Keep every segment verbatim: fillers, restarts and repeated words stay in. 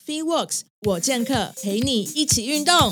Fitworks 我健客陪你一起运动。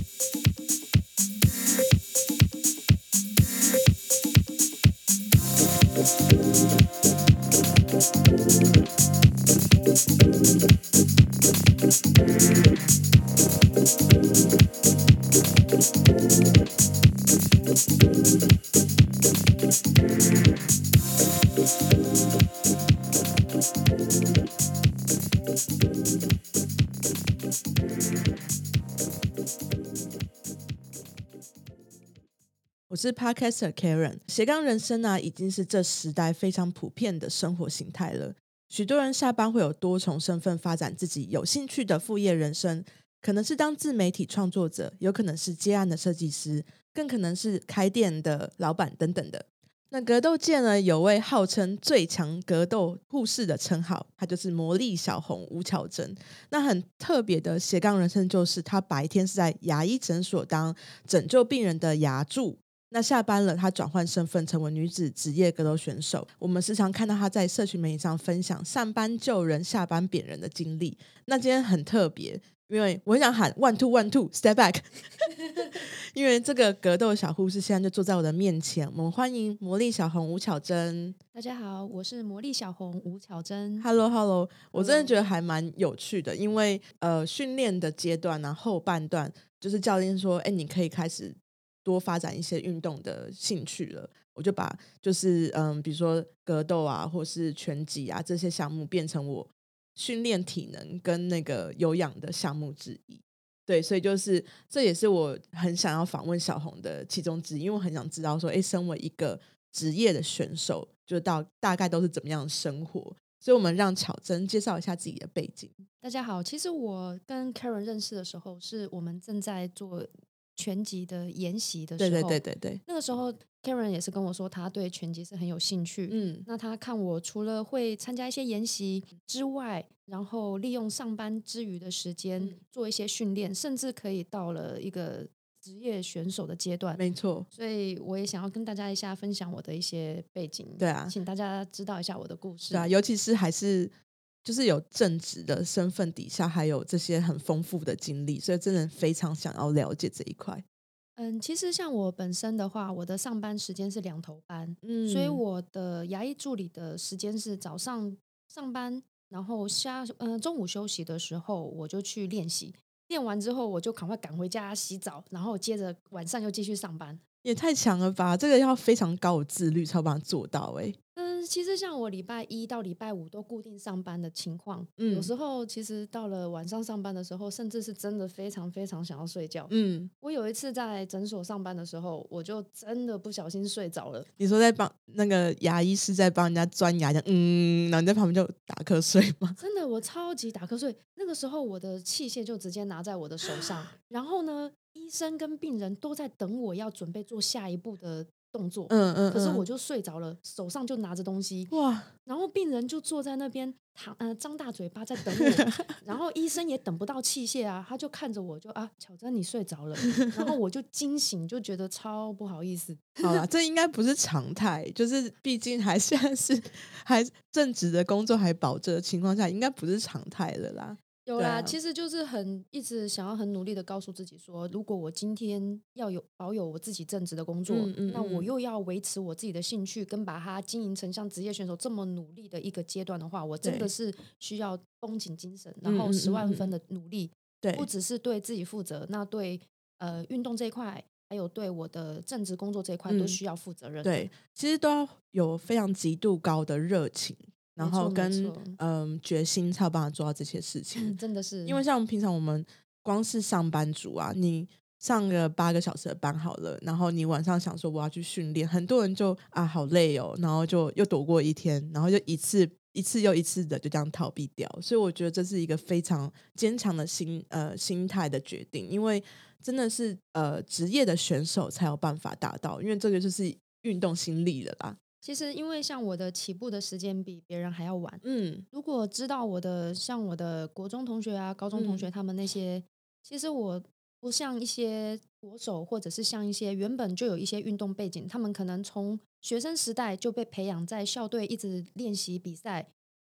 我是 Podcaster Karen。 斜杠人生啊，已经是这时代非常普遍的生活形态了。许多人下班会有多重身份发展自己有兴趣的副业人生，可能是当自媒体创作者，有可能是接案的设计师，更可能是开店的老板等等的。那格斗界呢，有位号称最强格斗护士的称号，他就是魔力小红吴巧珍。那很特别的斜杠人生就是他白天是在牙医诊所当拯救病人的牙助，那下班了他转换身份成为女子职业格斗选手。我们时常看到他在社群媒体上分享上班救人下班扁人的经历。那今天很特别，因为我很想喊 one two one two step back 因为这个格斗小护士现在就坐在我的面前。我们欢迎魔力小红吴巧珍。 大家好，我是魔力小红吴巧珍。 Hello Hello， 我真的觉得还蛮有趣的，因为呃训练的阶段啊，后半段就是教练说哎，你可以开始多发展一些运动的兴趣了，我就把就是嗯，比如说格斗啊或是拳击啊这些项目变成我训练体能跟那个有氧的项目之一。对，所以就是这也是我很想要访问小红的其中之一，因为我很想知道说哎，身为一个职业的选手就到大概都是怎么样的生活，所以我们让巧珍介绍一下自己的背景。 大家好，其实我跟 Karen 认识的时候是我们正在做拳击的研习的时候。 对对对对对， 那个时候 Karen 也是跟我说他对拳击是很有兴趣。 嗯， 那他看我除了会参加一些研习之外，然后利用上班之余的时间嗯做一些训练，甚至可以到了一个职业选手的阶段。 没错， 所以我也想要跟大家一下分享我的一些背景。 对啊请大家知道一下我的故事。 对啊，尤其是还是就是有正职的身份底下还有这些很丰富的经历，所以真的非常想要了解这一块。 嗯，其实像我本身的话，我的上班时间是两头班，所以嗯， 我的牙医助理的时间是早上上班，然后下嗯、呃、中午休息的时候我就去练习，练完之后我就赶快赶回家洗澡，然后接着晚上又继续上班。 也太强了吧，这个要非常高的自律才有办法做到哎、 嗯，其实像我礼拜一到礼拜五都固定上班的情况， 嗯有时候其实到了晚上上班的时候，甚至是真的非常非常想要睡觉。 嗯， 我有一次在诊所上班的时候，我就真的不小心睡着了。 你说在帮那个牙医是在帮人家钻牙，这样嗯，然后你在旁边就打瞌睡吗？ 真的，我超级打瞌睡。那个时候，我的器械就直接拿在我的手上，然后呢，医生跟病人都在等我要准备做下一步的动作。 嗯嗯嗯， 可是我就睡着了，手上就拿着东西， 哇， 然后病人就坐在那边躺呃张大嘴巴在等我，然后医生也等不到器械啊，他就看着我就啊，巧珍你睡着了，然后我就惊醒，就觉得超不好意思。 好啦，这应该不是常态，就是毕竟还现在是还正职的工作还保着的情况下，应该不是常态了啦。 有啦， 对啊， 其实就是很一直想要很努力的告诉自己说，如果我今天要有保有我自己正职的工作， 嗯嗯那我嗯又要维持我自己的兴趣，跟把它经营成像职业选手这么努力的一个阶段的话，我真对的是需要绷紧精神，然嗯嗯后十万嗯嗯分的努力， 对不只是对自己负责，那对呃运动这一块，还有对我的正职工作这一块都嗯需要负责任。 对，其实都要有非常极度高的热情，然没错没后跟错， 嗯决心才有办法做到这些事情。 真的是因为像平常我们光是上班族啊，你上个八个小时的班好了，然后你晚上想说我要去训练，很多人就啊好累哦，然后就又躲过一天，然后就一次一次又一次的就这样逃避掉。所以我觉得这是一个非常坚强的心呃心态的决定，因为真的是呃职业的选手才有办法达到，因为这个就是运动心力了啦。 其实因为像我的起步的时间比别人还要晚， 嗯如果知道我的像我的国中同学啊、高中同嗯学他们那些，其实我不像一些国手，或者是像一些原本就有一些运动背景，他们可能从学生时代就被培养在校队一直练习比赛，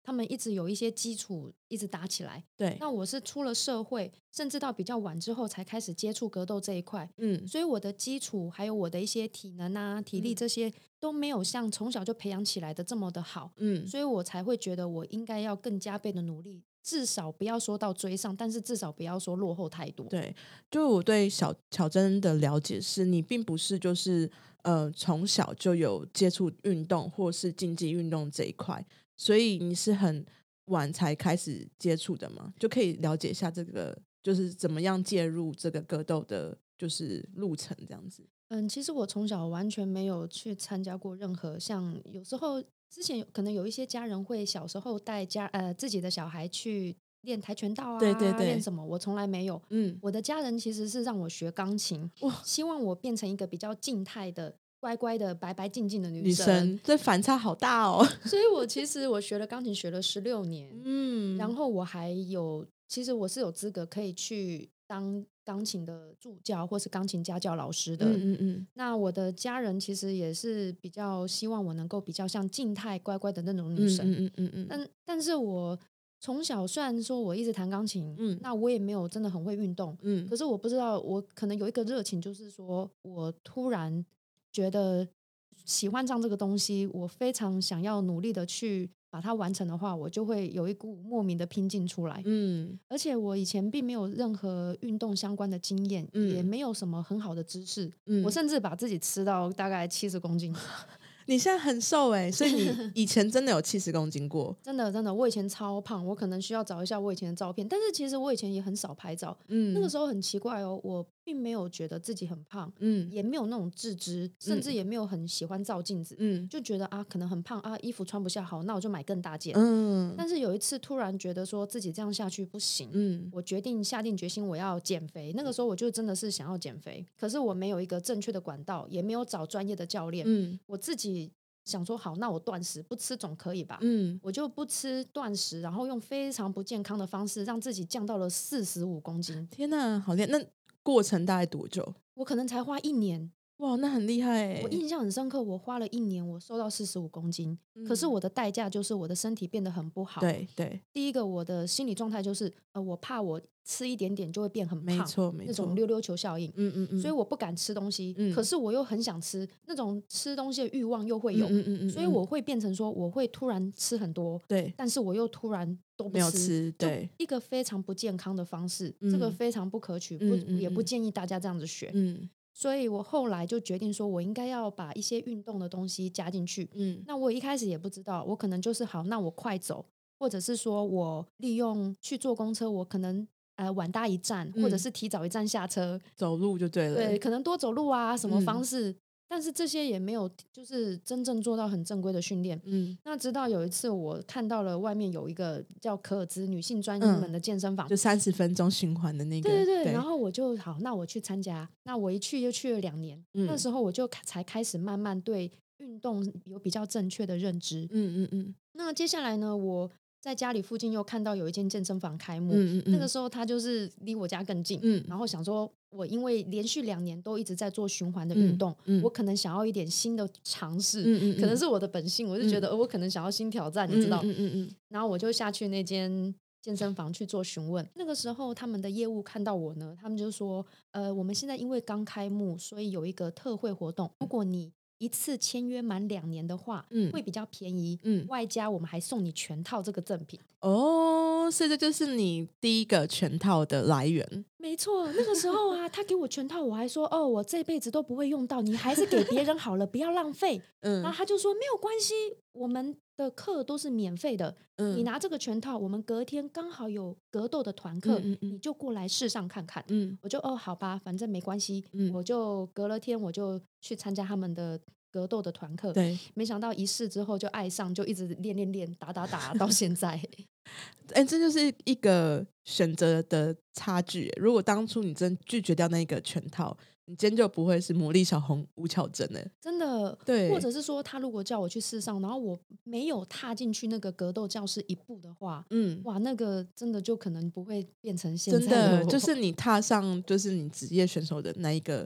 他们一直有一些基础一直打起来。 对， 那我是出了社会，甚至到比较晚之后才开始接触格斗这一块， 嗯所以我的基础还有我的一些体能啊、体力嗯这些都没有像从小就培养起来的这么的好， 嗯， 所以我才会觉得我应该要更加倍的努力，至少不要说到追上，但是至少不要说落后太多。 对，就我对小巧珍的了解是，你并不是就是呃从小就有接触运动或是竞技运动这一块，所以你是很晚才开始接触的吗？就可以了解一下这个就是怎么样介入这个格斗的，就是路程这样子。 嗯，其实我从小完全没有去参加过任何像有时候之前有可能有一些家人会小时候带家呃自己的小孩去练跆拳道对对啊，练对， 什么，我从来没有。 嗯， 我的家人其实是让我学钢琴， 哇， 希望我变成一个比较静态的、乖乖的、白白净净的女女生。 生这反差好大哦。 所以我其实我学了钢琴学了十六年，然嗯后我还有，其实我是有资格可以去当钢琴的助教或是钢琴家教老师的。 嗯嗯嗯那我的家人其实也是比较希望我能够比较像静态乖乖的那种女生， 嗯嗯嗯嗯嗯但但是我从小虽然说我一直弹钢琴， 嗯那我也没有真的很会运动， 嗯可是我不知道，我可能有一个热情，就是说我突然觉得喜欢上这个东西，我非常想要努力的去把它完成的话，我就会有一股莫名的拼劲出来。 嗯而且我以前并没有任何运动相关的经验，也嗯没有什么很好的知识，我嗯， 甚至把自己吃到大概七十公斤。 你现在很瘦哎，所以你以前真的有七十公斤过？ 真的真的，我以前超胖，我可能需要找一下我以前的照片。但是其实我以前也很少拍照，那个嗯时候很奇怪哦，我并没有觉得自己很胖， 嗯也没有那种自知，甚至嗯也没有很喜欢照镜子， 嗯就觉得啊，可能很胖啊，衣服穿不下，好，那我就买更大件。 嗯但是有一次突然觉得说自己这样下去不行， 嗯我决定下定决心我要减肥。那个时候我就真的是想要减肥，可是我没有一个正确的管道，也没有找专业的教练， 嗯我自己想说好，那我断食不吃总可以吧？ 嗯， 我就不吃断食，然后用非常不健康的方式让自己降到了四十五公斤。 天哪，好厉害！那过程大概多久？ 我可能才花一年， 哇，那很厉害我哎。 印象很深刻，我花了一年，我瘦到四十五公斤。可是嗯， 我的代价就是我的身体变得很不好。 对对， 第一个，我的心理状态就是，呃，我怕我吃一点点就会变很没胖， 错没错。 那种溜溜球效应。 嗯嗯嗯， 所以我不敢吃东西， 嗯可是我又很想吃，那种吃东西的欲望又会有， 嗯嗯嗯嗯，嗯所以我会变成说，我会突然吃很多， 对但是我又突然都不没有吃， 吃， 就对， 一个非常不健康的方式， 嗯这个非常不可取，不嗯嗯也不嗯建议大家这样子学。 嗯所以我后来就决定说，我应该要把一些运动的东西加进去。 嗯那我一开始也不知道，我可能就是好，那我快走，或者是说我利用去坐公车，我可能呃晚搭一站，或者嗯， 是提早一站下车， 走路就对对， 了。 可能多走路啊，什么方嗯式。但是这些也没有，就是真正做到很正规的训练。 嗯那直到有一次，我看到了外面有一个叫可尔兹女性专英门嗯， 的健身房， 就三十分钟循环的那个， 对对对，然对， 后我就好，那我去参加。那我一去就去了两年，那嗯时候我就开才开始慢慢对运动有比较正确的认知。 嗯嗯嗯那接下来呢，我在家里附近又看到有一间健身房开幕， 嗯嗯嗯那个时候它就是离我家更近， 嗯然后想说，我因为连续两年都一直在做循环的运嗯动， 嗯我可能想要一点新的尝试， 嗯嗯， 可能是我的本性，我就觉得，呃我可能想要新挑战，你知嗯道？ 嗯嗯嗯然后我就下去那间健身房去做询问。那个时候他们的业务看到我呢，他们就说：“呃，我们现在因为刚开幕，所以有一个特惠活动，如果你一次签约满两年的话， 嗯会比较便宜， 嗯， 外加我们还送你全套这个赠品。” 哦，所以这就是你第一个全套的来源。 没错，那个时候啊，他给我全套，我还说：“哦，我这辈子都不会用到，你还是给别人好了，不要浪费。”然后嗯他就说：“没有关系，我们的课都是免费的，你嗯拿这个全套，我们隔天刚好有格斗的团嗯课， 嗯嗯你就过来试上看看。” 嗯我就哦，好吧，反正没关系， 嗯， 我就隔了天我就去参加他们的格斗的团课。 对， 没想到一试之后就爱上，就一直练练练，打打打到现在。 哎，这就是一个选择的差距。如果当初你真拒绝掉那个全套，你今天就不会是魔力小红吴巧珍了。 真的， 对， 或者是说，他如果叫我去试上，然后我没有踏进去那个格斗教室一步的话， 嗯， 哇，那个真的就可能不会变成现真的在的我。 就是你踏上就是你职业选手的那一个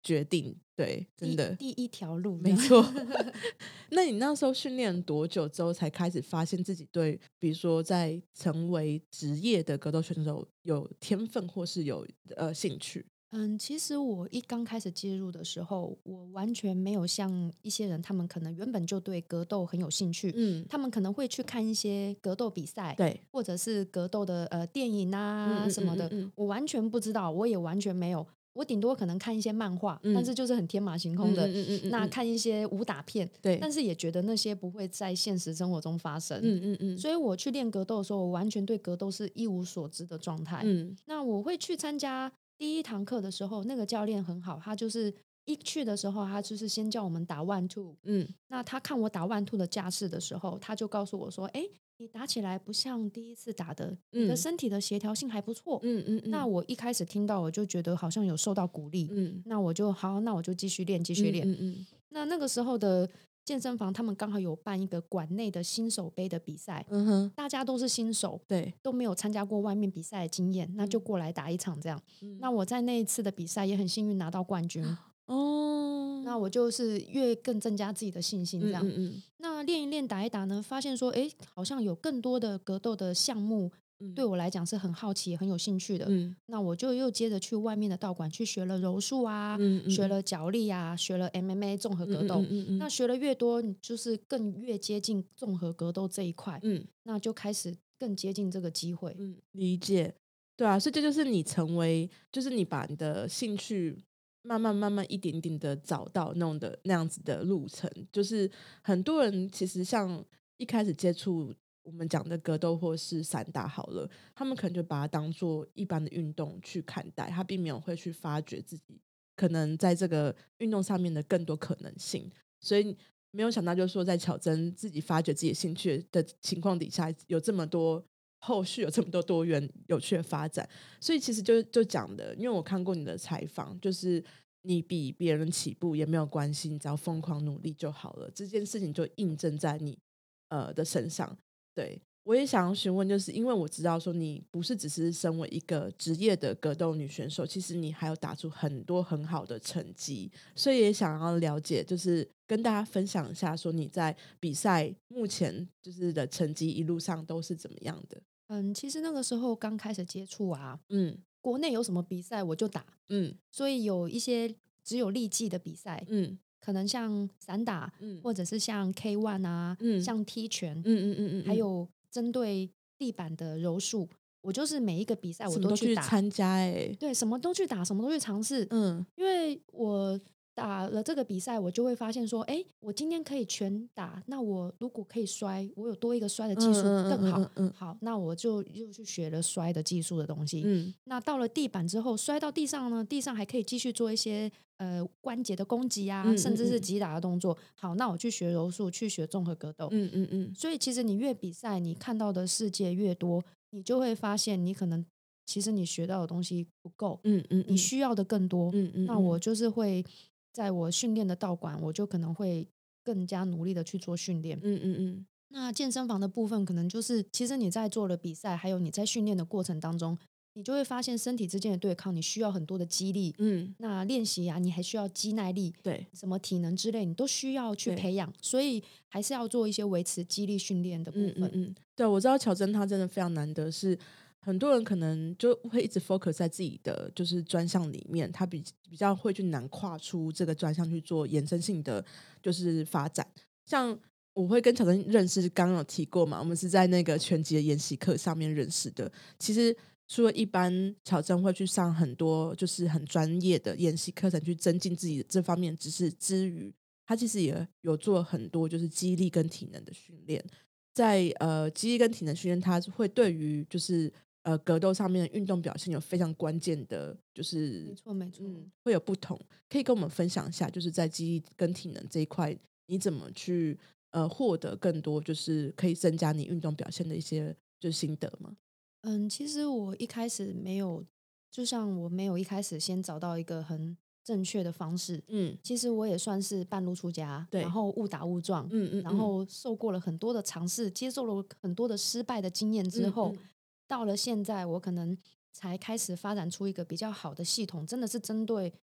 决定，对，真的第第一条路， 没错。那你那时候训练多久之后才开始发现自己对比如说在成为职业的格斗选手有天分或是有呃兴趣？ 嗯，其实我一刚开始介入的时候，我完全没有像一些人，他们可能原本就对格斗很有兴趣， 嗯， 他们可能会去看一些格斗比赛， 对， 或者是格斗的呃电影嗯嗯啊什么的， 嗯嗯嗯我完全不知道，我也完全没有，我顶多可能看一些漫画，但嗯是就是很天马行空的， 嗯嗯嗯嗯嗯那嗯看一些武打片， 对， 但是也觉得那些不会在现实生活中发生， 嗯嗯嗯所以我去练格斗的时候，我完全对格斗是一无所知的状态。 嗯那我会去参加第一堂课的时候，那个教练很好，他就是一去的时候，他就是先叫我们打 one two。 嗯那他看我打 one two 的架势的时候，他就告诉我说：“哎，你打起来不像第一次打的，你的嗯身体的协调性还不错。” 嗯嗯嗯那我一开始听到，我就觉得好像有受到鼓励。 嗯那我就好，那我就继续练，继续嗯练。 嗯嗯那那个时候的健身房，他们刚好有办一个馆内的新手杯的比赛， 嗯哼， 大家都是新手， 对， 都没有参加过外面比赛的经验，那就嗯过来打一场这样。那嗯我在那一次的比赛也很幸运拿到冠军， 哦， 那我就是越更增加自己的信心这嗯样。 嗯嗯那练一练打一打呢，发现说，诶，好像有更多的格斗的项目对嗯我来讲是很好奇、也很有兴趣的。 嗯那我就又接着去外面的道馆去学了柔术啊， 嗯嗯嗯学了脚力啊，学了 M M A 综合嗯嗯格斗。 嗯嗯那学了越多，你就是更越接近综合格斗这一块， 嗯那就开始更接近这个机会。 嗯，理解，对啊，所以这就是你成为，就是你把你的兴趣慢慢慢慢一点点的找到那种的那样子的路程，就是很多人其实像一开始接触我们讲的格斗或是散打好了，他们可能就把它当做一般的运动去看待，他并没有会去发掘自己可能在这个运动上面的更多可能性，所以没有想到，就是说在巧珍自己发掘自己的兴趣的情况底下，有这么多后续有这么多多元有趣的发展，所以其实就就讲的，因为我看过你的采访，就是你比别人起步也没有关系，你只要疯狂努力就好了，这件事情就印证在你呃的身上。对，我也想要询问，就是因为我知道说你不是只是身为一个职业的格斗女选手，其实你还有打出很多很好的成绩，所以也想要了解，就是跟大家分享一下，说你在比赛目前就是的成绩一路上都是怎么样的？ 嗯，其实那个时候刚开始接触啊， 嗯国内有什么比赛我就打， 嗯所以有一些只有力技的比赛， 嗯可能像散打， 嗯或者是像 K one 啊， 嗯像踢拳， 嗯嗯嗯嗯， 还有针对地板的柔术，我就是每一个比赛我什么都都去打， 去参加哎、 对，什么都去打，什么都去尝试， 嗯因为我打了这个比赛，我就会发现说，哎，我今天可以拳打，那我如果可以摔，我有多一个摔的技术嗯嗯更好。 嗯嗯嗯好，那我就又去学了摔的技术的东西。 嗯那到了地板之后，摔到地上呢，地上还可以继续做一些呃关节的攻击啊， 嗯甚至是嗯击打的动作。好，那我去学柔术，去学综合格斗。 嗯嗯嗯所以其实你越比赛，你看到的世界越多，你就会发现你可能其实你学到的东西不够， 嗯嗯， 你需要的更多。 嗯嗯， 那我就是会在我训练的道馆，我就可能会更加努力的去做训练。 嗯嗯嗯那健身房的部分，可能就是其实你在做了比赛，还有你在训练的过程当中，你就会发现身体之间的对抗，你需要很多的肌力。 嗯， 那练习啊，你还需要肌耐力， 对什么体能之类，你都需要去对培养，所以还是要做一些维持肌力训练的部分。 嗯嗯嗯，对，我知道乔珍她真的非常难得，是很多人可能就会一直 focus 在自己的就是专项里面，他比比较会去难跨出这个专项去做延伸性的就是发展。像我会跟乔珍认识，刚刚有提过嘛，我们是在那个拳击的研习课上面认识的。其实除了一般乔珍会去上很多就是很专业的研习课程去增进自己的这方面知识之余，他其实也有做很多就是肌力跟体能的训练。在呃肌力跟体能训练，它会对于就是呃格斗上面的运动表现有非常关键的，就是没错，没错。 嗯会有不同。可以跟我们分享一下，就是在肌力跟体能这一块，你怎么去呃获得更多，就是可以增加你运动表现的一些就是心得吗？ 嗯，其实我一开始没有，就像我没有一开始先找到一个很正确的方式。 嗯其实我也算是半路出家， 对然后误打误撞，然嗯嗯嗯后受过了很多的尝试，接受了很多的失败的经验之后， 嗯嗯到了现在，我可能才开始发展出一个比较好的系统，真的是针对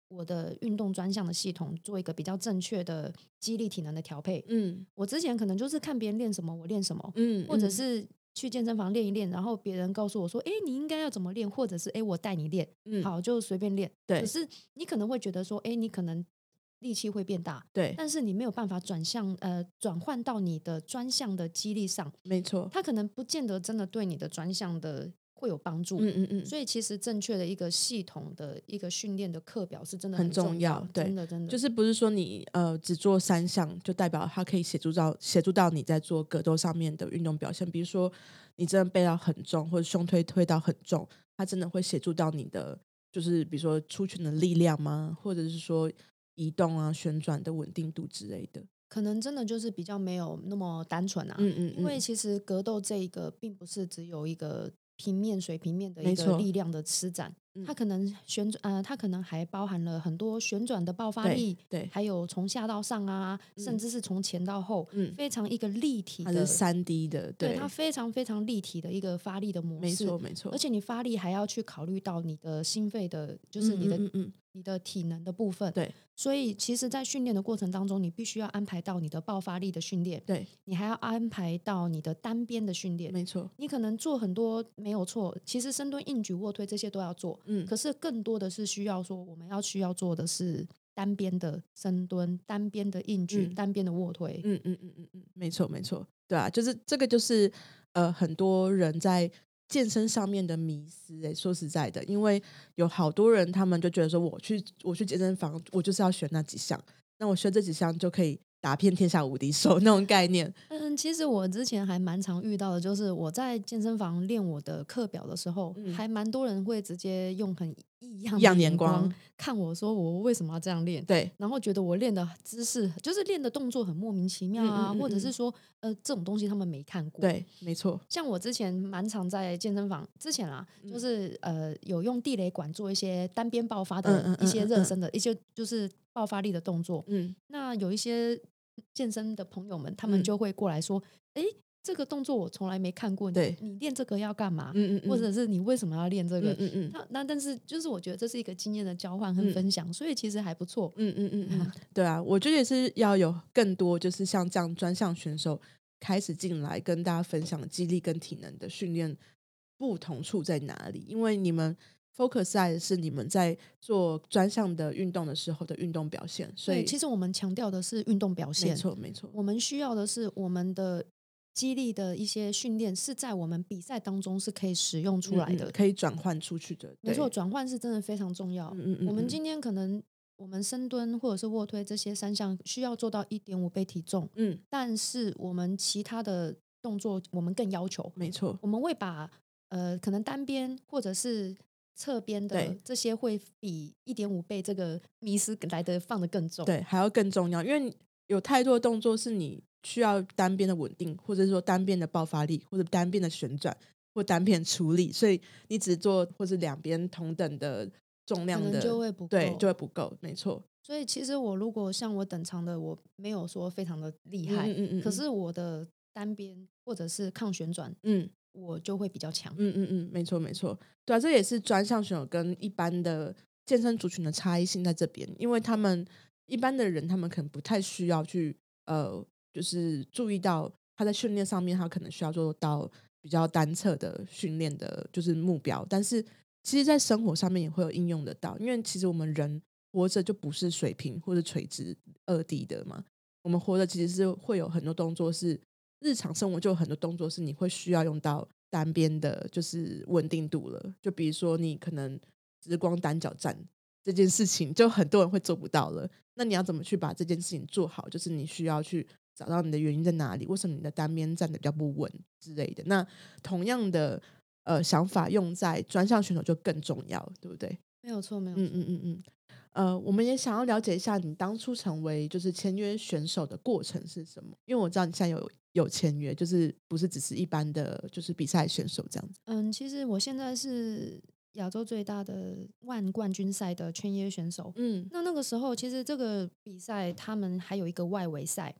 我的运动专项的系统做一个比较正确的肌力体能的调配。 嗯我之前可能就是看别人练什么我练什么， 嗯， 或者嗯是去健身房练一练，然后别人告诉我说，哎，你应该要怎么练，或者是哎，我带你练， 嗯， 好就随便练。可对是你可能会觉得说，哎，你可能力气会变大， 对， 但是你没有办法转向呃转换到你的专项的肌力上， 没错， 它可能不见得真的对你的专项的会有帮助。 嗯嗯嗯， 所以其实正确的一个系统的一个训练的课表是真的很很重要， 重要，对， 真的真的就是不是说你呃只做三项就代表它可以协助到协助到你在做格斗上面的运动表现，比如说你真的背到很重，或者胸推推到很重，它真的会协助到你的就是比如说出拳的力量吗？或者是说移动啊、旋转的稳定度之类的。 可能真的就是比较没有那么单纯啊。 嗯嗯嗯， 因为其实格斗这一个并不是只有一个平面水平面的一没错， 个力量的施展， 嗯它可能旋转呃，它可能还包含了很多旋转的爆发对力， 对， 还有从下到上啊，甚嗯至是从前到后， 嗯， 非常一个立体它是的， 三 D 的， 对，它对， 非常非常立体的一个发力的模没式。 错没错， 而且你发力还要去考虑到你的心肺的，就嗯是你的嗯嗯嗯， 你的体能的部分。 对所以其实在训练的过程当中，你必须要安排到你的爆发力的训练， 对， 你还要安排到你的单边的训练。 没错， 你可能做很多没有错，其实深蹲、硬举、卧推这些都要做， 嗯可是更多的是需要说，我们要需要做的是单边的深蹲、单边的硬举、 嗯。 单边的卧推。 嗯嗯嗯嗯嗯，没错没错，对啊，就是这个就是呃很多人在健身上面的迷思诶，说实在的，因为有好多人他们就觉得说我去我去健身房，我就是要选那几项，那我学这几项就可以打遍天下无敌手那种概念。 嗯，其实我之前还蛮常遇到的，就是我在健身房练我的课表的时候， 嗯， 还蛮多人会直接用很异样的异样眼眼光光， 看我说我为什么要这样练， 对， 然后觉得我练的姿势就是练的动作很莫名其妙嗯嗯啊， 嗯嗯， 或者是说呃这种东西他们没看过。 对，没错， 像我之前蛮常在健身房之前啦，就嗯是呃有用地雷管做一些单边爆发嗯嗯的一些嗯嗯嗯热身的一些就是爆发力的动作。 嗯那有一些健身的朋友们，他们嗯， 就会过来说：“诶，这个动作我从来没看过，你对， 你练这个要干嘛？ 嗯嗯嗯或者是你为什么要练这个？” 嗯嗯嗯那那但是就是我觉得这是一个经验的交换和嗯。 分享，所以其实还不错。 嗯嗯嗯嗯，对啊，我觉得也是要有更多，就是像这样专项选手开始进来跟大家分享肌力跟体能的训练不同处在哪里，因为你们 focus 在的是你们在做专项的运动的时候的运动表现，所对， 以其实我们强调的是运动表没现， 错没错， 我们需要的是我们的激励的一些训练是在我们比赛当中是可以使用出嗯嗯， 来的。 可以转换出去的， 没错， 对， 转换是真的非常重要。 嗯嗯嗯嗯我们今天可能我们深蹲或者是卧推这些三项需要做到一点五倍体重， 嗯， 但是我们其他的动作我们更要求， 没错， 我们会把呃可能单边或者是侧边的对这些会比一点五倍这个迷失来的放的更重。 对，还要更重要，因为你有太多的动作是你需要单边的稳定，或者是说单边的爆发力，或者单边的旋转，或单边出力，所以你只做或是两边同等的重可能量的， 就会不对，就够。 会不够，没错。 所以其实我如果像我等长的，我没有说非常的厉嗯害， 嗯嗯嗯可是我的单边或者是抗旋转， 嗯我就会比较强。 嗯嗯嗯，没错没错，对啊，这也是专项选手跟一般的健身族群的差异性在这边，因为他们一般的人，他们可能不太需要去呃，就是注意到他在训练上面，他可能需要做到比较单侧的训练的，就是目标，但是其实在生活上面也会有应用得到，因为其实我们人活着就不是水平或者垂直二 D 的嘛，我们活着其实是会有很多动作是日常生活就有很多动作是你会需要用到单边的，就是稳定度了。就比如说你可能只光单脚站这件事情，就很多人会做不到了。那你要怎么去把这件事情做好？就是你需要去找到你的原因在哪里，为什么你的单边站的比较不稳之类的。那同样的呃想法用在专项选手就更重要，对不对？ 没有错，没有嗯错。 嗯嗯嗯。呃，我们也想要了解一下你当初成为就是签约选手的过程是什么？因为我知道你现在有有签约，就是不是只是一般的就是比赛选手这样子。 嗯，其实我现在是亚洲最大的万冠军赛的圈约选手。 嗯那那个时候，其实这个比赛他们还有一个外围赛， 嗯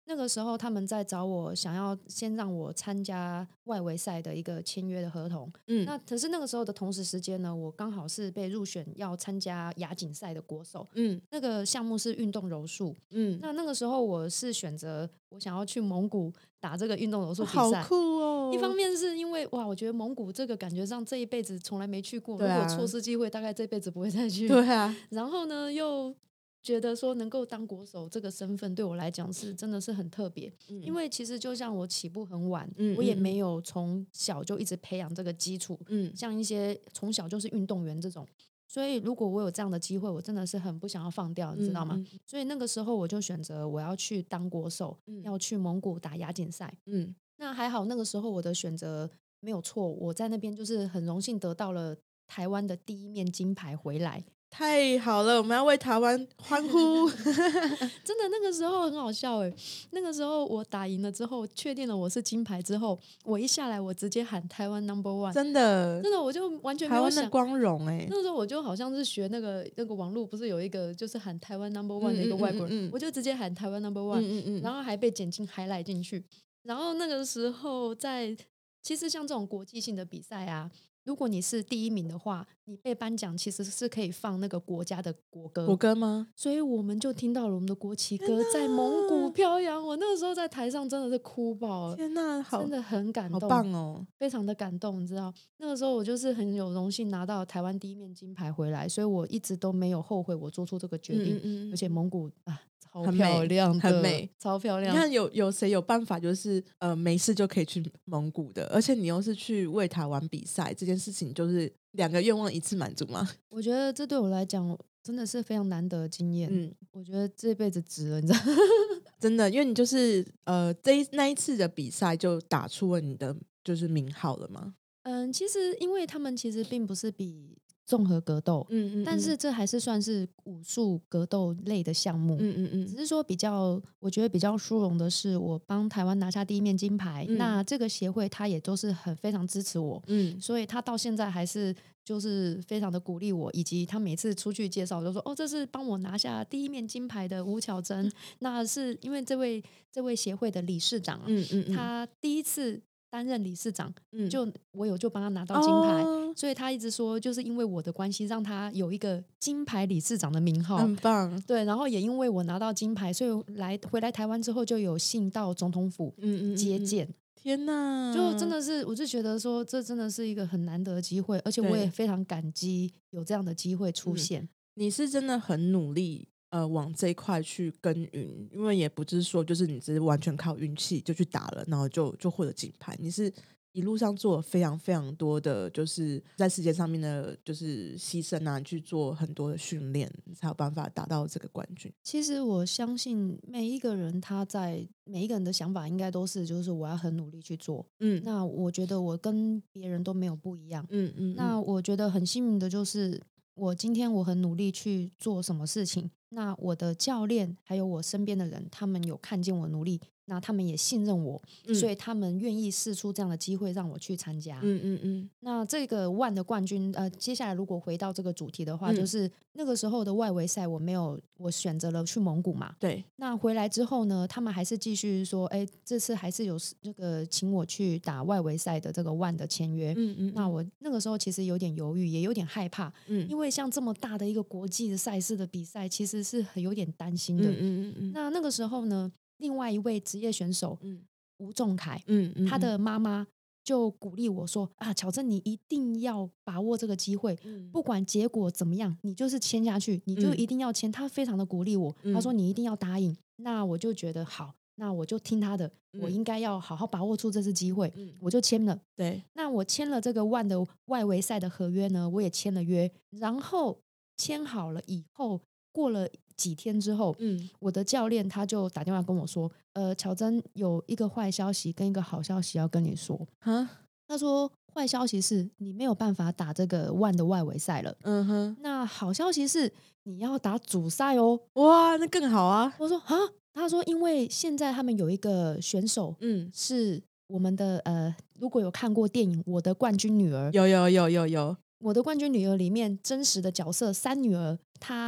那个时候他们在找我，想要先让我参加外围赛的一个签约的合同。 嗯那可是那个时候的同时时间呢，我刚好是被入选要参加亚锦赛的国手。 嗯那个项目是运动柔术。 嗯， 那那个时候我是选择我想要去蒙古打这个运动柔术比赛。 好酷哦！ 一方面是因为哇，我觉得蒙古这个感觉上这一辈子从来没去过， 对啊如果错失机会，大概这辈子不会再去。 对啊， 然后呢，又觉得说能够当国手这个身份对我来讲是真的是很特别。 嗯因为其实就像我起步很晚， 嗯嗯嗯我也没有从小就一直培养这个基础， 嗯像一些从小就是运动员这种。所以如果我有这样的机会，我真的是很不想要放掉，你知道吗？ 嗯嗯所以那个时候我就选择我要去当国手， 嗯要去蒙古打亚锦赛。 嗯， 那还好，那个时候我的选择没有错，我在那边就是很荣幸得到了台湾的第一面金牌回来。 太好了，我们要为台湾欢呼！ 真的，那个时候很好笑哎。那个时候我打赢了之后，确定了我是金牌之后，我一下来我直接喊台湾 number one， 真的， 真的我就完全没有想台湾的光荣哎、 那时候我就好像是学那个那个网络，不是有一个就是喊台湾 number one 的一个嗯嗯外国人， 嗯嗯我就直接喊台湾 number one，、 嗯嗯嗯， 然后还被剪进 highlight 进去。然后那个时候在，其实像这种国际性的比赛啊，如果你是第一名的话，你被颁奖其实是可以放那个国家的国歌。 国歌吗？ 所以我们就听到了我们的国旗歌在蒙古飘扬。我那个时候在台上真的是哭爆了， 天哪，好真的很感好动， 棒哦！ 非常的感动。你知道，那个时候我就是很有荣幸拿到台湾第一面金牌回来，所以我一直都没有后悔我做出这个决定。 嗯嗯嗯而且蒙古啊，超很美漂亮的， 很美， 超漂亮。 你看有有谁有办法就是呃没事就可以去蒙古的，而且你又是去为台湾比赛，这件事情就是两个愿望一次满足吗？ 我觉得这对我来讲真的是非常难得的经验。 嗯， 我觉得这辈子值了，你知道。 真的，因为你就是呃这一那一次的比赛就打出了你的就是名号了吗？ 嗯，其实因为他们其实并不是比综合格斗， 嗯嗯， 但是这还是算是武术格斗类的项目。 嗯嗯嗯只是说比较，我觉得比较殊荣的是，我帮台湾拿下第一面金牌。 嗯那这个协会他也都是很非常支持我， 嗯所以他到现在还是就是非常的鼓励我，以及他每次出去介绍就说：“哦，这是帮我拿下第一面金牌的吴巧珍。”那是因为这位这位协会的理事长啊， 嗯嗯嗯， 他第一次担任理事长， 嗯就我有就帮他拿到金牌。 哦所以他一直说，就是因为我的关系，让他有一个金牌理事长的名号。 很棒， 对，然后也因为我拿到金牌，所以来回来台湾之后，就有幸到总统府嗯嗯嗯嗯接见。 天哪， 就真的是，我就觉得说，这真的是一个很难得的机会，而且我也对非常感激有这样的机会出嗯现。 你是真的很努力，呃，往这一块去耕耘，因为也不是说就是你只是完全靠运气就去打了，然后就就获得金牌，你是一路上做了非常非常多的，就是在世界上面的，就是牺牲啊，去做很多的训练，才有办法达到这个冠军。 其实我相信每一个人他在每一个人的想法应该都是，就是我要很努力去做。 嗯那我觉得我跟别人都没有不一样。 嗯嗯， 那我觉得很幸运的就是，我今天我很努力去做什么事情，那我的教练还有我身边的人，他们有看见我努力，那他们也信任我， 嗯所以他们愿意试出这样的机会让我去参加。 嗯嗯嗯那这个万的冠军，呃，接下来如果回到这个主题的话， 嗯就是那个时候的外围赛，我没有，我选择了去蒙古嘛。 对， 那回来之后呢，他们还是继续说，哎，这次还是有那个请我去打外围赛的这个万的签约。 嗯嗯， 那我那个时候其实有点犹豫，也有点害怕， 嗯因为像这么大的一个国际的赛事的比赛，其实是很有点担心的。 嗯嗯嗯那那个时候呢，另外一位职业选手嗯吴仲凯， 嗯嗯， 他的妈妈就鼓励我说：“啊，巧珍，你一定要把握这个机会， 嗯不管结果怎么样，你就是签下去，你就嗯一定要签。他非常的鼓励我，他说：“你一定要答应。”那我就觉得好，那我就听他的，我嗯应该要好好把握住这次机会， 嗯我就签了。 对， 那我签了这个万的外围赛的合约呢，我也签了约，然后签好了以后，过了几天之后， 嗯我的教练他就打电话跟我说，呃，巧珍有一个坏消息跟一个好消息要跟你说。 哈， 他说坏消息是你没有办法打这个万的外围赛了， 嗯哼， 那好消息是你要打主赛哦。 哇，那更好啊， 我说啊，他说因为现在他们有一个选手嗯， 是我们的呃，如果有看过电影《我的冠军女儿》， 有有有有有， 我的冠军女儿里面真实的角色三女儿，她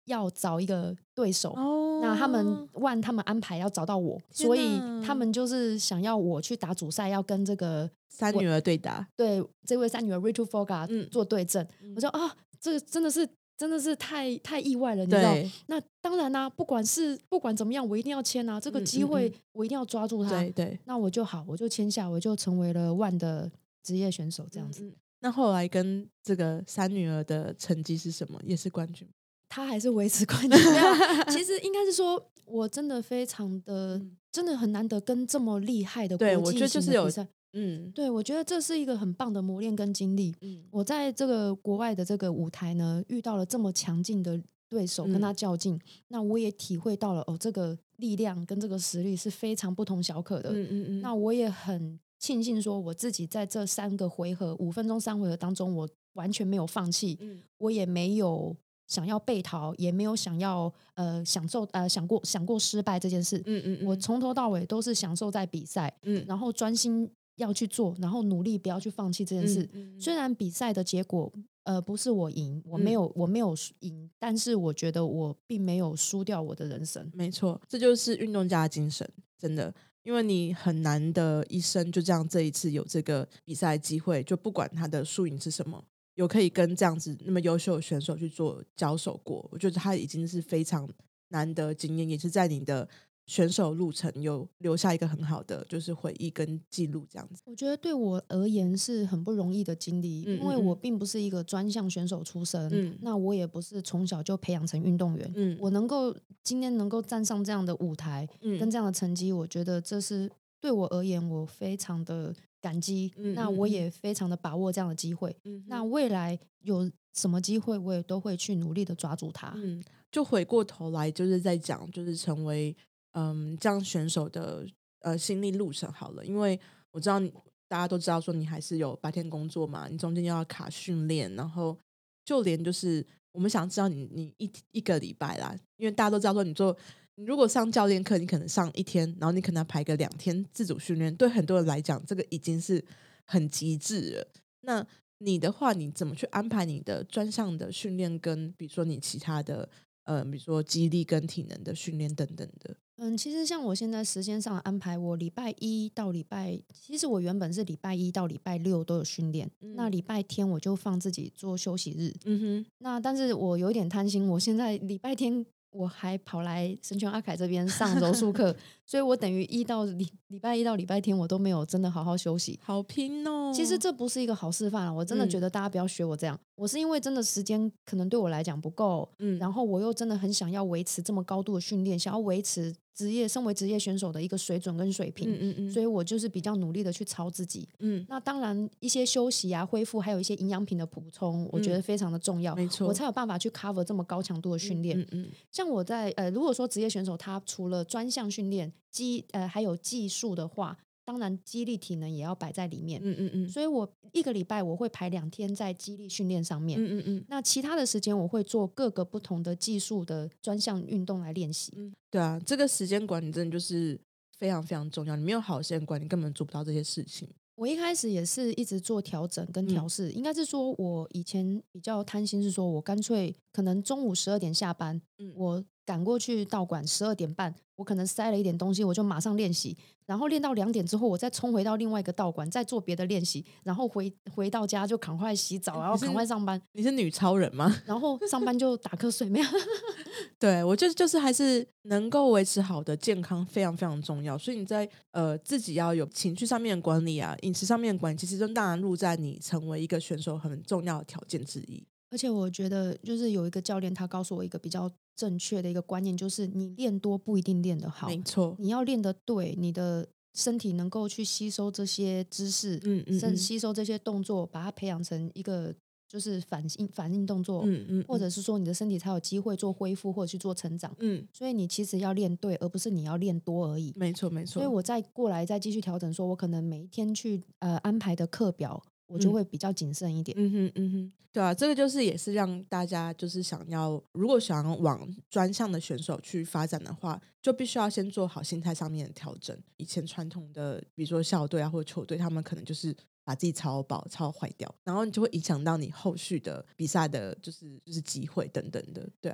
要找一个对手， 哦， 那他们万他们安排要找到我，所以他们就是想要我去打主赛，要跟这个三女儿对打， 对这位三女儿 Ritu Foga 嗯做对阵。 嗯我说啊，这个真的是真的是太太意外了，你知道？ 对， 那当然啦、不管是不管怎么样，我一定要签啊，这个机会嗯嗯我一定要抓住它。 对对， 那我就好，我就签下，我就成为了万的职业选手这样子。 嗯嗯那后来跟这个三女儿的成绩是什么？也是冠军？ 他还是维持冠军。没有啊，其实应该是说，我真的非常的， 嗯真的很难得跟这么厉害的对， 国际我觉得就是有型的比赛。 嗯对，我觉得这是一个很棒的磨练跟经历。 嗯我在这个国外的这个舞台呢，遇到了这么强劲的对手，跟他嗯较劲，那我也体会到了哦，这个力量跟这个实力是非常不同小可的。 嗯嗯嗯， 那我也很庆幸说，我自己在这三个回合，五分钟三回合当中，我完全没有放弃， 嗯我也没有想要背逃，也没有想要呃享受呃想过想过失败这件事。 嗯嗯嗯， 我从头到尾都是享受在比赛， 嗯然后专心要去做，然后努力不要去放弃这件事。 嗯嗯虽然比赛的结果呃不是我赢，我没嗯有我没有赢，但是我觉得我并没有输掉我的人生。 没错，这就是运动家的精神，真的。因为你很难的一生就这样这一次有这个比赛机会，就不管他的输赢是什么，有可以跟这样子那么优秀的选手去做交手过，我觉得他已经是非常难得经验，也是在你的选手路程有留下一个很好的就是回忆跟记录这样子。 我觉得对我而言是很不容易的经历， 嗯因为我并不是一个专项选手出身， 嗯那我也不是从小就培养成运动员。 嗯我能够今天能够站上这样的舞台， 嗯跟这样的成绩，我觉得这是对我而言我非常的感激。 嗯嗯那我也非常的把握这样的机会。 嗯那未来有什么机会，我也都会去努力的抓住它。 嗯，就回过头来就是在讲，就是成为嗯这样选手的呃心历路程好了，因为我知道你大家都知道说你还是有白天工作嘛，你中间又要卡训练，然后就连就是我们想知道你你一一个礼拜啦，因为大家都知道说你做你如果上教练课，你可能上一天，然后你可能要排个两天自主训练，对很多人来讲，这个已经是很极致了。那你的话，你怎么去安排你的专项的训练，跟比如说你其他的呃，比如说肌力跟体能的训练等等的？ 嗯，其实像我现在时间上的安排，我礼拜一到礼拜，其实我原本是礼拜一到礼拜六都有训练， 嗯那礼拜天我就放自己做休息日。 嗯哼， 那但是我有一点贪心，我现在礼拜天我还跑来神泉阿凯这边上柔术课，所以我等于一到礼礼拜一到礼拜天我都没有真的好好休息。 好拼哦！ 其实这不是一个好示范啊！我真的嗯觉得大家不要学我这样。我是因为真的时间可能对我来讲不够， 嗯然后我又真的很想要维持这么高度的训练，想要维持职业身为职业选手的一个水准跟水平， 嗯嗯嗯， 所以我就是比较努力的去操自己。 嗯， 那当然，一些休息啊、恢复，还有一些营养品的补充，我觉得非常的重要， 没错， 我才有办法去 cover 这么高强度的训练。 嗯嗯像我在呃，如果说职业选手他除了专项训练、技呃还有技术的话，当然肌力体能也要摆在里面。 嗯嗯嗯所以我一个礼拜我会排两天在肌力训练上面， 嗯嗯嗯那其他的时间我会做各个不同的技术的专项运动来练习。 嗯，对啊，这个时间管理真的就是非常非常重要，你没有好的时间管理，根本做不到这些事情。 我一开始也是一直做调整跟调试，应该是说我以前比较贪心，是说我干脆可能中午十二点下班， 嗯我赶过去道馆十二点半，我可能塞了一点东西，我就马上练习，然后练到两点之后，我再冲回到另外一个道馆，再做别的练习，然后回回到家就赶快洗澡，然后你是赶快上班， 你是女超人吗？ 然后上班就打瞌睡，没有。 对我就就是还是能够维持好的健康非常非常重要，所以你在呃自己要有情绪上面的管理啊，饮食上面的管理，其实就当然入在你成为一个选手很重要的条件之一。 而且我觉得，就是有一个教练他告诉我一个比较正确的一个观念，就是你练多不一定练得好， 没错， 你要练得对，你的身体能够去吸收这些知识， 嗯嗯嗯甚至吸收这些动作，把它培养成一个就是反应反应动作， 嗯嗯， 或者是说你的身体才有机会做恢复或者去做成长。 嗯， 所以你其实要练对，而不是你要练多而已。 没错没错。 所以我再过来再继续调整，说我可能每一天去呃安排的课表，我就嗯会比较谨慎一点。 嗯哼嗯哼，对啊，这个就是也是让大家就是想要，如果想要往专项的选手去发展的话，就必须要先做好心态上面的调整。以前传统的，比如说校队啊或者球队，他们可能就是把自己操饱、操坏掉，然后你就会影响到你后续的比赛的，就是就是机会等等的，对啊。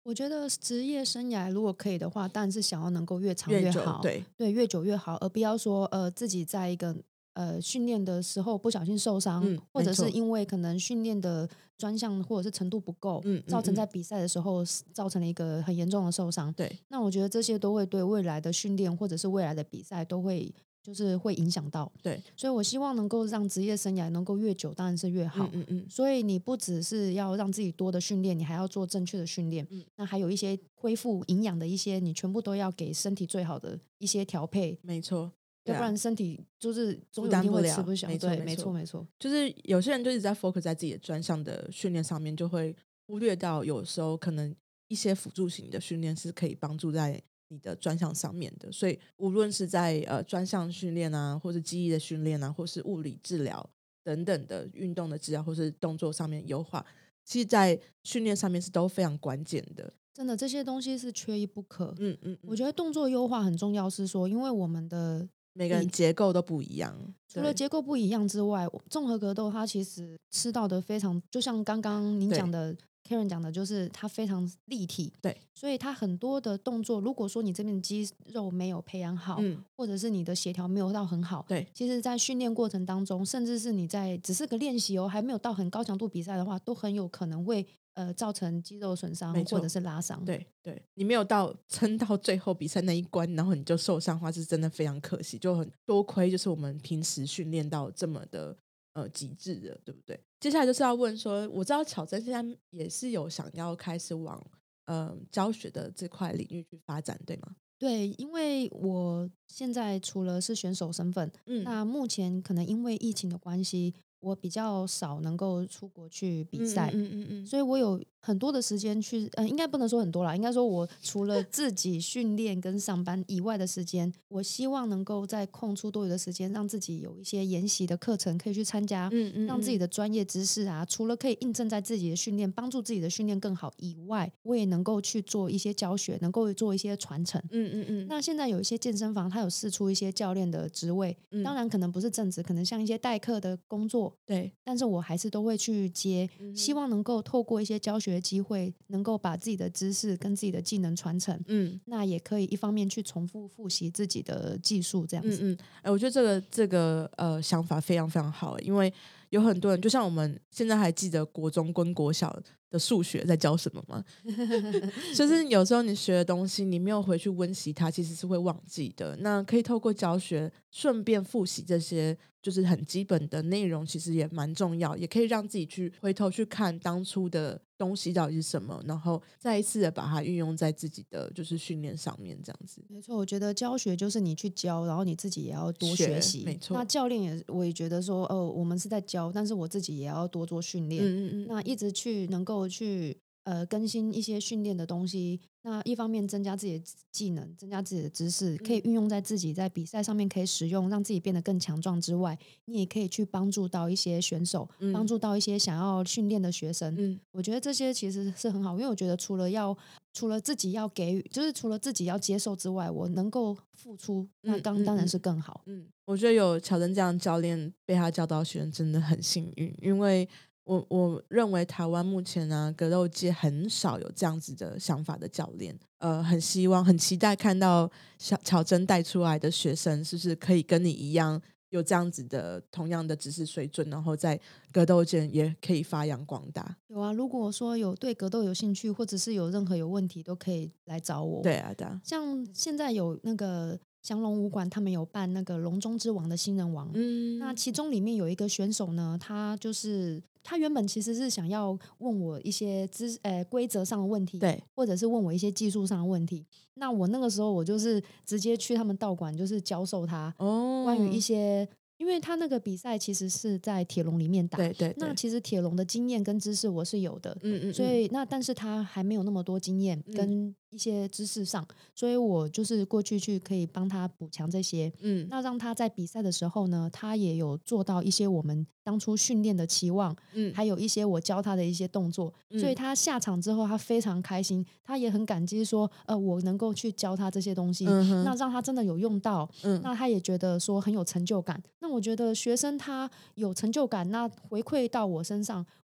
我觉得职业生涯如果可以的话，当然是想要能够越长越久， 越好， 对对，越久越好，而不要说呃自己在一个呃训练的时候不小心受伤， 嗯， 或者是没错， 因为可能训练的专项或者是程度不够， 嗯嗯嗯， 造成在比赛的时候造成了一个很严重的受伤。 对那我觉得这些都会对未来的训练或者是未来的比赛都会就是会影响到， 对， 所以我希望能够让职业生涯能够越久，当然是越好。 嗯嗯嗯所以你不只是要让自己多的训练，你还要做正确的训练。 嗯， 那还有一些恢复营养的一些，你全部都要给身体最好的一些调配， 没错，对要不啊， 然身体就是负总有一天会吃担不了， 不消。 没错对，没错， 没错。 没错。 就是有些人就一直在 focus 在自己的专项的训练上面，就会忽略到有时候可能一些辅助型的训练是可以帮助在你的专项上面的。所以无论是在呃专项训练啊，或是记忆的训练啊，或是物理治疗等等的运动的治疗，或是动作上面优化，其实在训练上面是都非常关键的。 真的这些东西是缺一不可。 嗯嗯嗯， 我觉得动作优化很重要，是说因为我们的每个人结构都不一样， 除了对结构不一样之外，综合格斗它其实吃到的非常，就像刚刚您讲对的，Karen 讲的，就是它非常立体， 对， 所以它很多的动作，如果说你这边肌肉没有培养好， 嗯或者是你的协调没有到很好， 对， 其实在训练过程当中，甚至是你在只是个练习哦，还没有到很高强度比赛的话，都很有可能会呃造成肌肉损伤没错。 或者是拉伤。 对对，你没有到撑到最后比赛那一关，然后你就受伤的话，是真的非常可惜，就很多亏，就是我们平时训练到这么的呃极致的，对不对？接下来就是要问说，我知道巧珍现在也是有想要开始往呃教学的这块领域去发展，对吗？ 对，因为我现在除了是选手身份， 嗯那目前可能因为疫情的关系，我比较少能够出国去比嗯嗯赛， 嗯嗯嗯， 所以我有很多的时间去，呃，应该不能说很多啦，应该说我除了自己训练跟上班以外的时间，我希望能够再空出多余的时间，让自己有一些研习的课程可以去参加， 嗯嗯让自己嗯的专业知识啊，除了可以印证在自己的训练，帮助自己的训练更好以外，我也能够去做一些教学，能够做一些传承。 嗯嗯嗯， 那现在有一些健身房，它有试出一些教练的职位， 嗯当然可能不是正职，可能像一些代课的工作， 对， 但是我还是都会去接， 嗯哼希望能够透过一些教学机会，能够把自己的知识跟自己的技能传承。 嗯。 那也可以一方面去重复复习自己的技术，这样子。 嗯嗯，哎，我觉得这个这个呃想法非常非常好，因为有很多人，就像我们现在还记得国中跟国小的数学在教什么吗？就是有时候你学的东西，你没有回去温习它，其实是会忘记的。那可以透过教学顺便复习这些就是很基本的内容，其实也蛮重要，也可以让自己去回头去看当初的东西到底是什么，然后再一次的把它运用在自己的就是训练上面，这样子。 没错，我觉得教学就是你去教，然后你自己也要多学学习。 没错那教练也，我也觉得说，哦，我们是在教，但是我自己也要多做训练。 嗯嗯嗯， 那一直去能够去呃更新一些训练的东西，那一方面增加自己的技能，增加自己的知识，可以嗯运用在自己在比赛上面可以使用，让自己变得更强壮之外，你也可以去帮助到一些选手，帮嗯助到一些想要训练的学生。 嗯我觉得这些其实是很好，因为我觉得除了要除了自己要给予，就是除了自己要接受之外，我能够付出，那嗯嗯当当然嗯是更好。 嗯，我觉得有乔登这样的教练被他教导学生真的很幸运，因为我我认为台湾目前呢、格斗界很少有这样子的想法的教练，呃，很希望很期待看到小乔珍带出来的学生是不是可以跟你一样有这样子的同样的知识水准，然后在格斗界也可以发扬光大。 有啊，如果说有对格斗有兴趣，或者是有任何有问题，都可以来找我。 对啊，对啊， 像现在有那个降龙武馆，他们有办那个龙中之王的新人王，那嗯， 其中里面有一个选手呢，他就是他原本其实是想要问我一些知呃规则上的问题， 对， 或者是问我一些技术上的问题。那我那个时候我就是直接去他们道馆，就是教授他关于一哦， 些。因为他那个比赛其实是在铁笼里面打， 对对对， 那其实铁笼的经验跟知识我是有的， 嗯嗯嗯所以那但是他还没有那么多经验嗯跟一些知识上，所以我就是过去去可以帮他补强这些， 嗯那让他在比赛的时候呢，他也有做到一些我们当初训练的期望， 嗯还有一些我教他的一些动作，所以嗯他下场之后他非常开心，他也很感激说，呃，我能够去教他这些东西， 嗯哼那让他真的有用到， 嗯那他也觉得说很有成就感。那我觉得学生他有成就感，那回馈到我身上，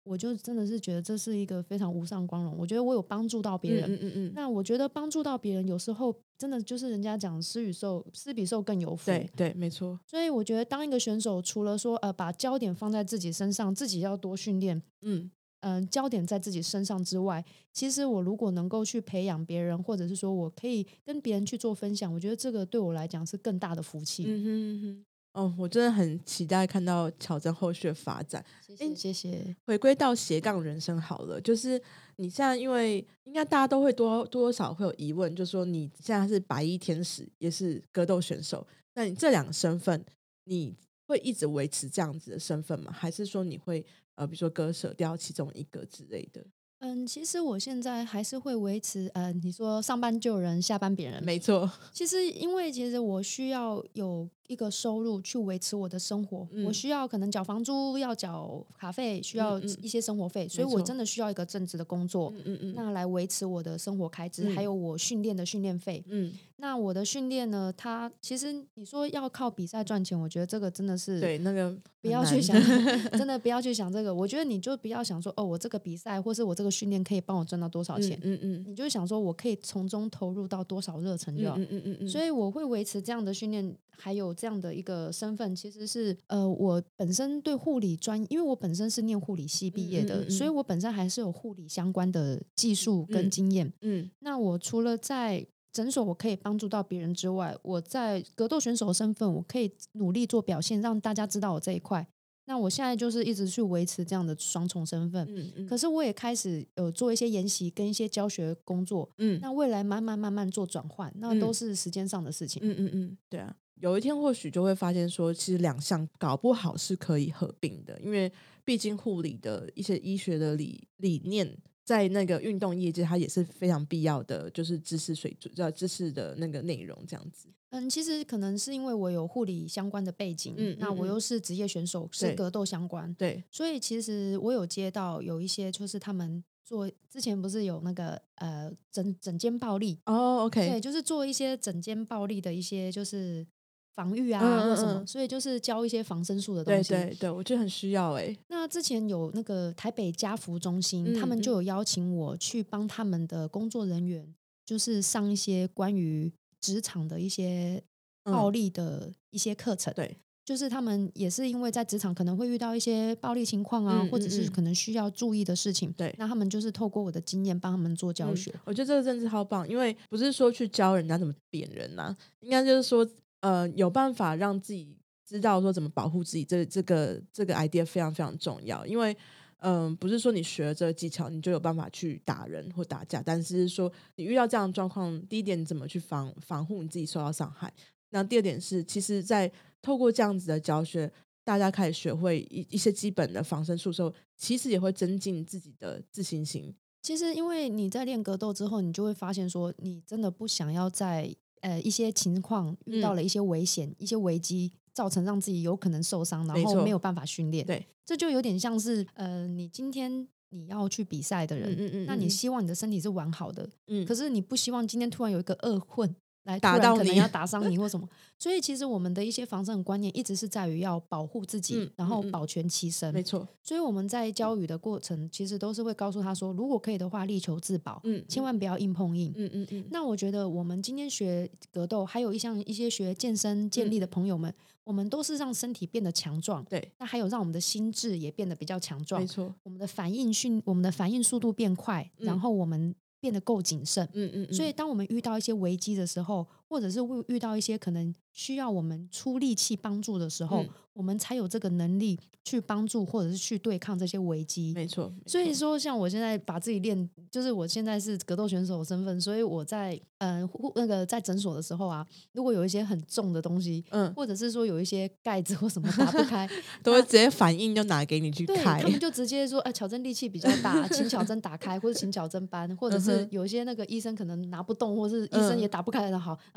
我就真的是觉得这是一个非常无上光荣。我觉得我有帮助到别人， 嗯嗯嗯嗯， 那我觉得帮助到别人，有时候真的就是人家讲施与受，施比受更有福。 对对，没错。 所以我觉得当一个选手，除了说呃把焦点放在自己身上，自己要多训练， 嗯嗯、呃，焦点在自己身上之外，其实我如果能够去培养别人，或者是说我可以跟别人去做分享，我觉得这个对我来讲是更大的福气。 嗯哼嗯哼。哦，我真的很期待看到巧珍后续的发展。 谢谢谢谢。 回归到斜杠人生好了，就是你现在因为应该大家都会多多多少会有疑问，就是说你现在是白衣天使，也是格斗选手，那你这两个身份，你会一直维持这样子的身份吗？还是说你会呃，比如说割舍掉其中一个之类的？ 嗯，其实我现在还是会维持，呃，你说上班救人，下班别人。 没错。 其实因为其实我需要有一个收入去维持我的生活，我嗯需要可能缴房租，要缴卡费，需要嗯嗯， 一些生活费，所以没错我真的需要一个正职的工作， 嗯嗯嗯那来维持我的生活开支，还嗯有我训练的训练费。 嗯， 那我的训练呢，它其实你说要靠比赛赚钱，我觉得这个真的是对，那个不很难要去想，真的不要去想这个。我觉得你就不要想说，哦，我这个比赛或是我这个训练可以帮我赚到多少钱， 嗯嗯嗯你就想说我可以从中投入到多少热忱就嗯好。 嗯嗯嗯嗯， 所以我会维持这样的训练，还有这样的一个身份，其实是呃，我本身对护理专，因为我本身是念护理系毕业的， 嗯嗯嗯嗯所以我本身还是有护理相关的技术跟嗯经验。 嗯那我除了在诊所我可以帮助到别人之外，我在格斗选手的身份，我可以努力做表现，让大家知道我这一块。那我现在就是一直去维持这样的双重身份， 嗯嗯可是我也开始有做一些研习跟一些教学工作。 嗯那未来慢慢慢慢做转换，那嗯都是时间上的事情。 嗯嗯嗯，对啊，有一天或许就会发现说，其实两项搞不好是可以合并的，因为毕竟护理的一些医学的理理念，在那个运动业界，它也是非常必要的，就是知识水准、呃知识的那个内容这样子。 嗯，其实可能是因为我有护理相关的背景， 嗯嗯那我嗯又是职业选手，是对格斗相关， 对， 所以其实我有接到有一些，就是他们做之前不是有那个呃整整间暴力， 哦对， ，OK， 就是做一些整间暴力的一些就是防御嗯啊或什么， 嗯嗯， 所以就是教一些防身术的东西。 对对对，我觉得很需要哎、 那之前有那个台北家福中心，他嗯嗯们就有邀请我去帮他们的工作人员，就是上一些关于职场的一些暴嗯， 力的一些课程。 对， 就是他们也是因为在职场可能会遇到一些暴力情况啊， 嗯或者是嗯嗯可能需要注意的事情， 对。 那他们就是透过我的经验帮他们做教嗯， 学。 我觉得这个真的是超棒，因为不是说去教人家怎么扁人呐、应该就是说，呃，有办法让自己知道说怎么保护自己，这这个这个 idea 非常非常重要。因为，嗯、不是说你学了这个技巧，你就有办法去打人或打架，但是说你遇到这样的状况，第一点你怎么去防防护你自己受到伤害，那第二点是，其实，在透过这样子的教学，大家开始学会一一些基本的防身术之后，其实也会增进自己的自信心。 其实，因为你在练格斗之后，你就会发现说，你真的不想要在呃一些情况遇到嗯了一些危险、一些危机，造成让自己有可能受伤，然没错后没有办法训练。 对， 这就有点像是呃，你今天你要去比赛的人， 嗯嗯嗯那你嗯希望你的身体是完好的， 嗯， 可是你不希望今天突然有一个恶混来打到你突然可能要打伤你或什么。所以其实我们的一些防身观念一直是在于要保护自己， 嗯嗯嗯然后保全其身。 没错， 所以我们在教育的过程，其实都是会告诉他说，如果可以的话，力求自保， 嗯， 千万不要硬碰硬。 嗯嗯嗯， 那我觉得我们今天学格斗，还有一项一些学健身健力的朋友们，我们都是让身体变得强壮， 对， 那还有让我们的心智也变得比较强壮没，错， 我们的反应训，我们的反应速度变快， 嗯然后我们变得够谨慎。 嗯嗯嗯， 所以，当我们遇到一些危机的时候，或者是遇遇到一些可能需要我们出力气帮助的时候， 嗯我们才有这个能力去帮助或者是去对抗这些危机。 没错，没错所以说，像我现在把自己练，就是我现在是格斗选手的身份，所以我在呃护那个在诊所的时候啊，如果有一些很重的东西， 嗯， 或者是说有一些盖子或什么打不开， 都会直接反应就拿给你去对开他，们就直接说，哎、巧珍力气比较大，请巧珍打开，或者请巧珍搬，或者嗯哼是有一些那个医生可能拿不动，或是医生嗯也打不开的好，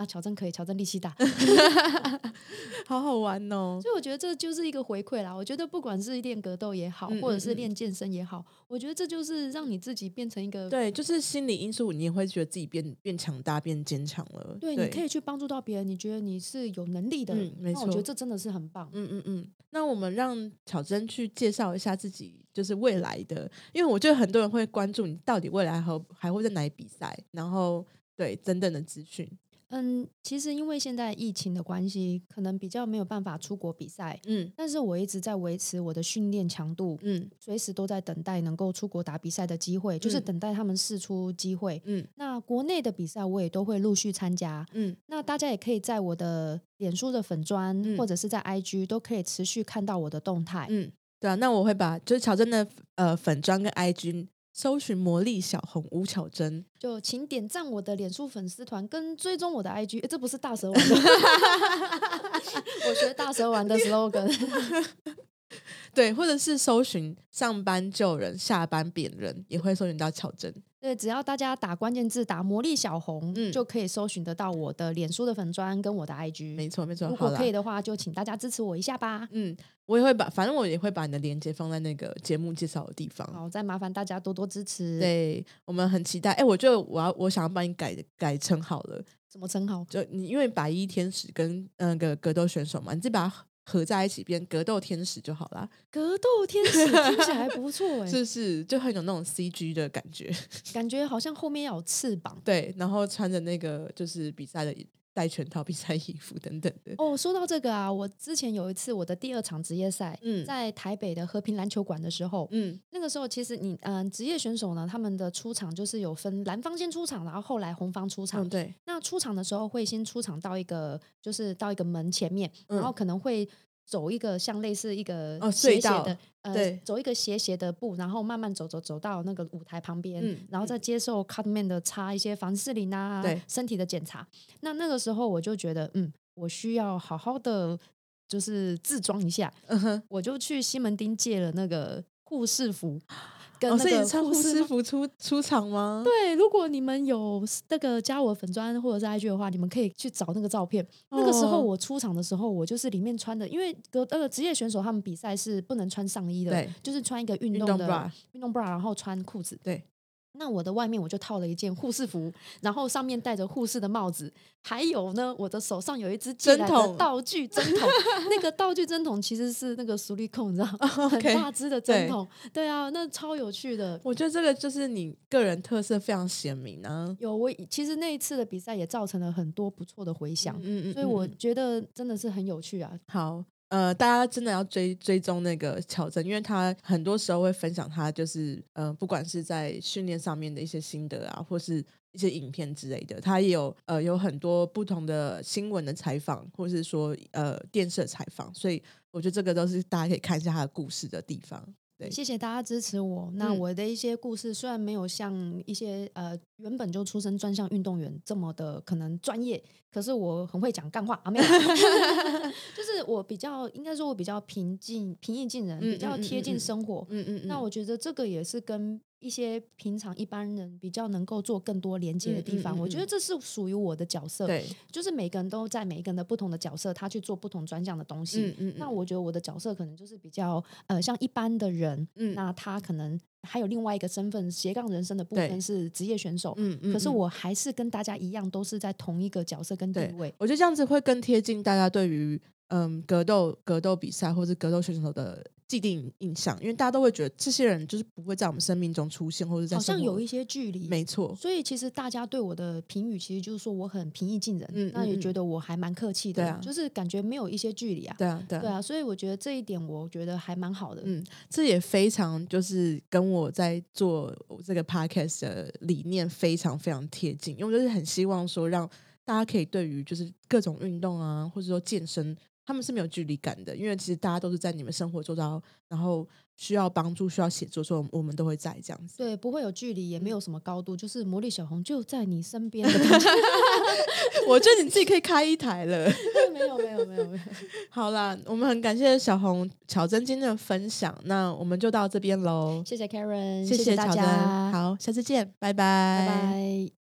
啊，巧真可以，巧真力气大。 好好玩哦。 所以我觉得这就是一个回馈啦。我觉得不管是练格斗也好， 嗯嗯或者是练健身也好，我觉得这就是让你自己变成一个对，就是心理因素，你也会觉得自己变变强大、变坚强了。 对，你可以去帮助到别人，你觉得你是有能力的， 嗯，没那我觉得错。 这真的是很棒。 嗯嗯嗯，那我们让巧真去介绍一下自己，就是未来的，因为我觉得很多人会关注你到底未来还还会在哪里比赛，然后对等等的资讯。 嗯，其实因为现在疫情的关系，可能比较没有办法出国比赛， 嗯但是我一直在维持我的训练强度， 嗯随时都在等待能够出国打比赛的机会，就是嗯等待他们释出机会。 嗯那国内的比赛我也都会陆续参加， 嗯那大家也可以在我的脸书的粉专、 嗯或者是在 I G 都可以持续看到我的动态。 嗯，对啊，那我会把就是巧真的呃粉砖跟 I G 搜寻魔力小红吴巧真。 就请点赞我的脸书粉丝团跟追踪我的 I G，诶这不是大蛇丸的，我学大蛇丸的 slogan。 对，或者是搜寻上班救人，下班扁人，也会搜寻到巧真。 对，只要大家打关键字打魔力小红， 嗯就可以搜寻得到我的脸书的粉砖跟我的 I G。 没错没错， 如果好啦可以的话，就请大家支持我一下吧。 嗯，我也会把，反正我也会把你的链接放在那个节目介绍的地方。 好，再麻烦大家多多支持。， 对，我们很期待。哎，我觉得我要我想要帮你改改称好了， 什么称号？ 就你因为白衣天使跟那个格斗选手嘛，你自己把它合在一起变格斗天使就好啦。 格斗天使听起来不错哎、 是不是就很有那种 C G 的感觉？ 感觉好像后面要有翅膀。 对，然后穿着那个就是比赛的戴拳套、比赛衣服等等的。 哦，说到这个啊，我之前有一次我的第二场职业赛， 嗯在台北的和平篮球馆的时候， 嗯那个时候其实你嗯，职业选手呢，他们的出场就是有分蓝方先出场，然后后来红方出场。 嗯，对， 那出场的时候会先出场到一个，就是到一个门前面， 嗯然后可能会走一个像类似一个哦斜隧道斜的，呃对， 走一个斜斜的步，然后慢慢走走走到那个舞台旁边， 嗯然后再接受 cutman 的擦一些凡士林啊对， 身体的检查。那那个时候我就觉得，嗯，我需要好好的就是自装一下， 嗯哼。 我就去西门町借了那个护士服。跟哦，所以那个你穿护士帽服出出场吗？ 对，如果你们有那个加我粉砖或者是 I G 的话，你们可以去找那个照片。那个时候哦我出场的时候，我就是里面穿的，因为格呃职业选手他们比赛是不能穿上衣的， 对， 就是穿一个运运动动的 bra， 运动 bra，然后穿裤子。 对， 那我的外面我就套了一件护士服，然后上面戴着护士的帽子，还有呢，我的手上有一支借来针筒的道具针筒。那个道具针筒其实是那个苏力控，你知道吗？很 OK， 大支的针筒。对啊，那超有趣的。 我觉得这个就是你个人特色非常鲜明啊。 有我其实那一次的比赛也造成了很多不错的回响， 嗯嗯所以我嗯嗯觉得真的是很有趣啊。 好，呃，大家真的要追追踪那个巧真，因为他很多时候会分享他就是呃，不管是在训练上面的一些心得啊，或是一些影片之类的，他也有呃有很多不同的新闻的采访，或是说呃电视的采访，所以我觉得这个都是大家可以看一下他的故事的地方。对谢谢大家支持我。那嗯我的一些故事虽然没有像一些呃原本就出身专项运动员这么的可能专业，可是我很会讲干话啊，没有啦，就是我比较应该说我比较平静平易近人， 嗯比较贴嗯嗯嗯嗯近生活。 嗯嗯嗯， 那我觉得这个也是跟一些平常一般人比较能够做更多连接的地方。 嗯嗯嗯我觉得这是属于我的角色， 对， 就是每个人都在每一个人的不同的角色，他去做不同专项的东西。 嗯嗯嗯， 那我觉得我的角色可能就是比较呃像一般的人， 嗯那他可能还有另外一个身份斜杠人生的部对分是职业选手， 嗯嗯，嗯可是我还是跟大家一样，都是在同一个角色跟地对位。 我觉得这样子会更贴近大家对于嗯格斗格斗比赛或是格斗选手的既定印象，因为大家都会觉得这些人就是不会在我们生命中出现，或者在生活好像有一些距离， 没错， 所以其实大家对我的评语，其实就是说我很平易近人， 嗯嗯嗯那也觉得我还蛮客气的， 对啊就是感觉没有一些距离啊。 对啊对啊对啊，所以我觉得这一点，我觉得还蛮好的。 嗯，这也非常就是跟我在做这个 podcast 的理念非常非常贴近，因为我就是很希望说让大家可以对于就是各种运动啊，或者说健身，他们是没有距离感的，因为其实大家都是在你们生活周遭，然后需要帮助、需要协助的时候，我们都会在这样子。 对，不会有距离，也没有嗯什么高度，就是魔力小红就在你身边的感觉。 我觉得你自己可以开一台了。 没有，没有，没有，没有。 好啦，我们很感谢小红巧真今天的分享，那我们就到这边喽。 谢谢 Karen， 谢谢大巧真， 家， 好，下次见，拜拜拜， 拜。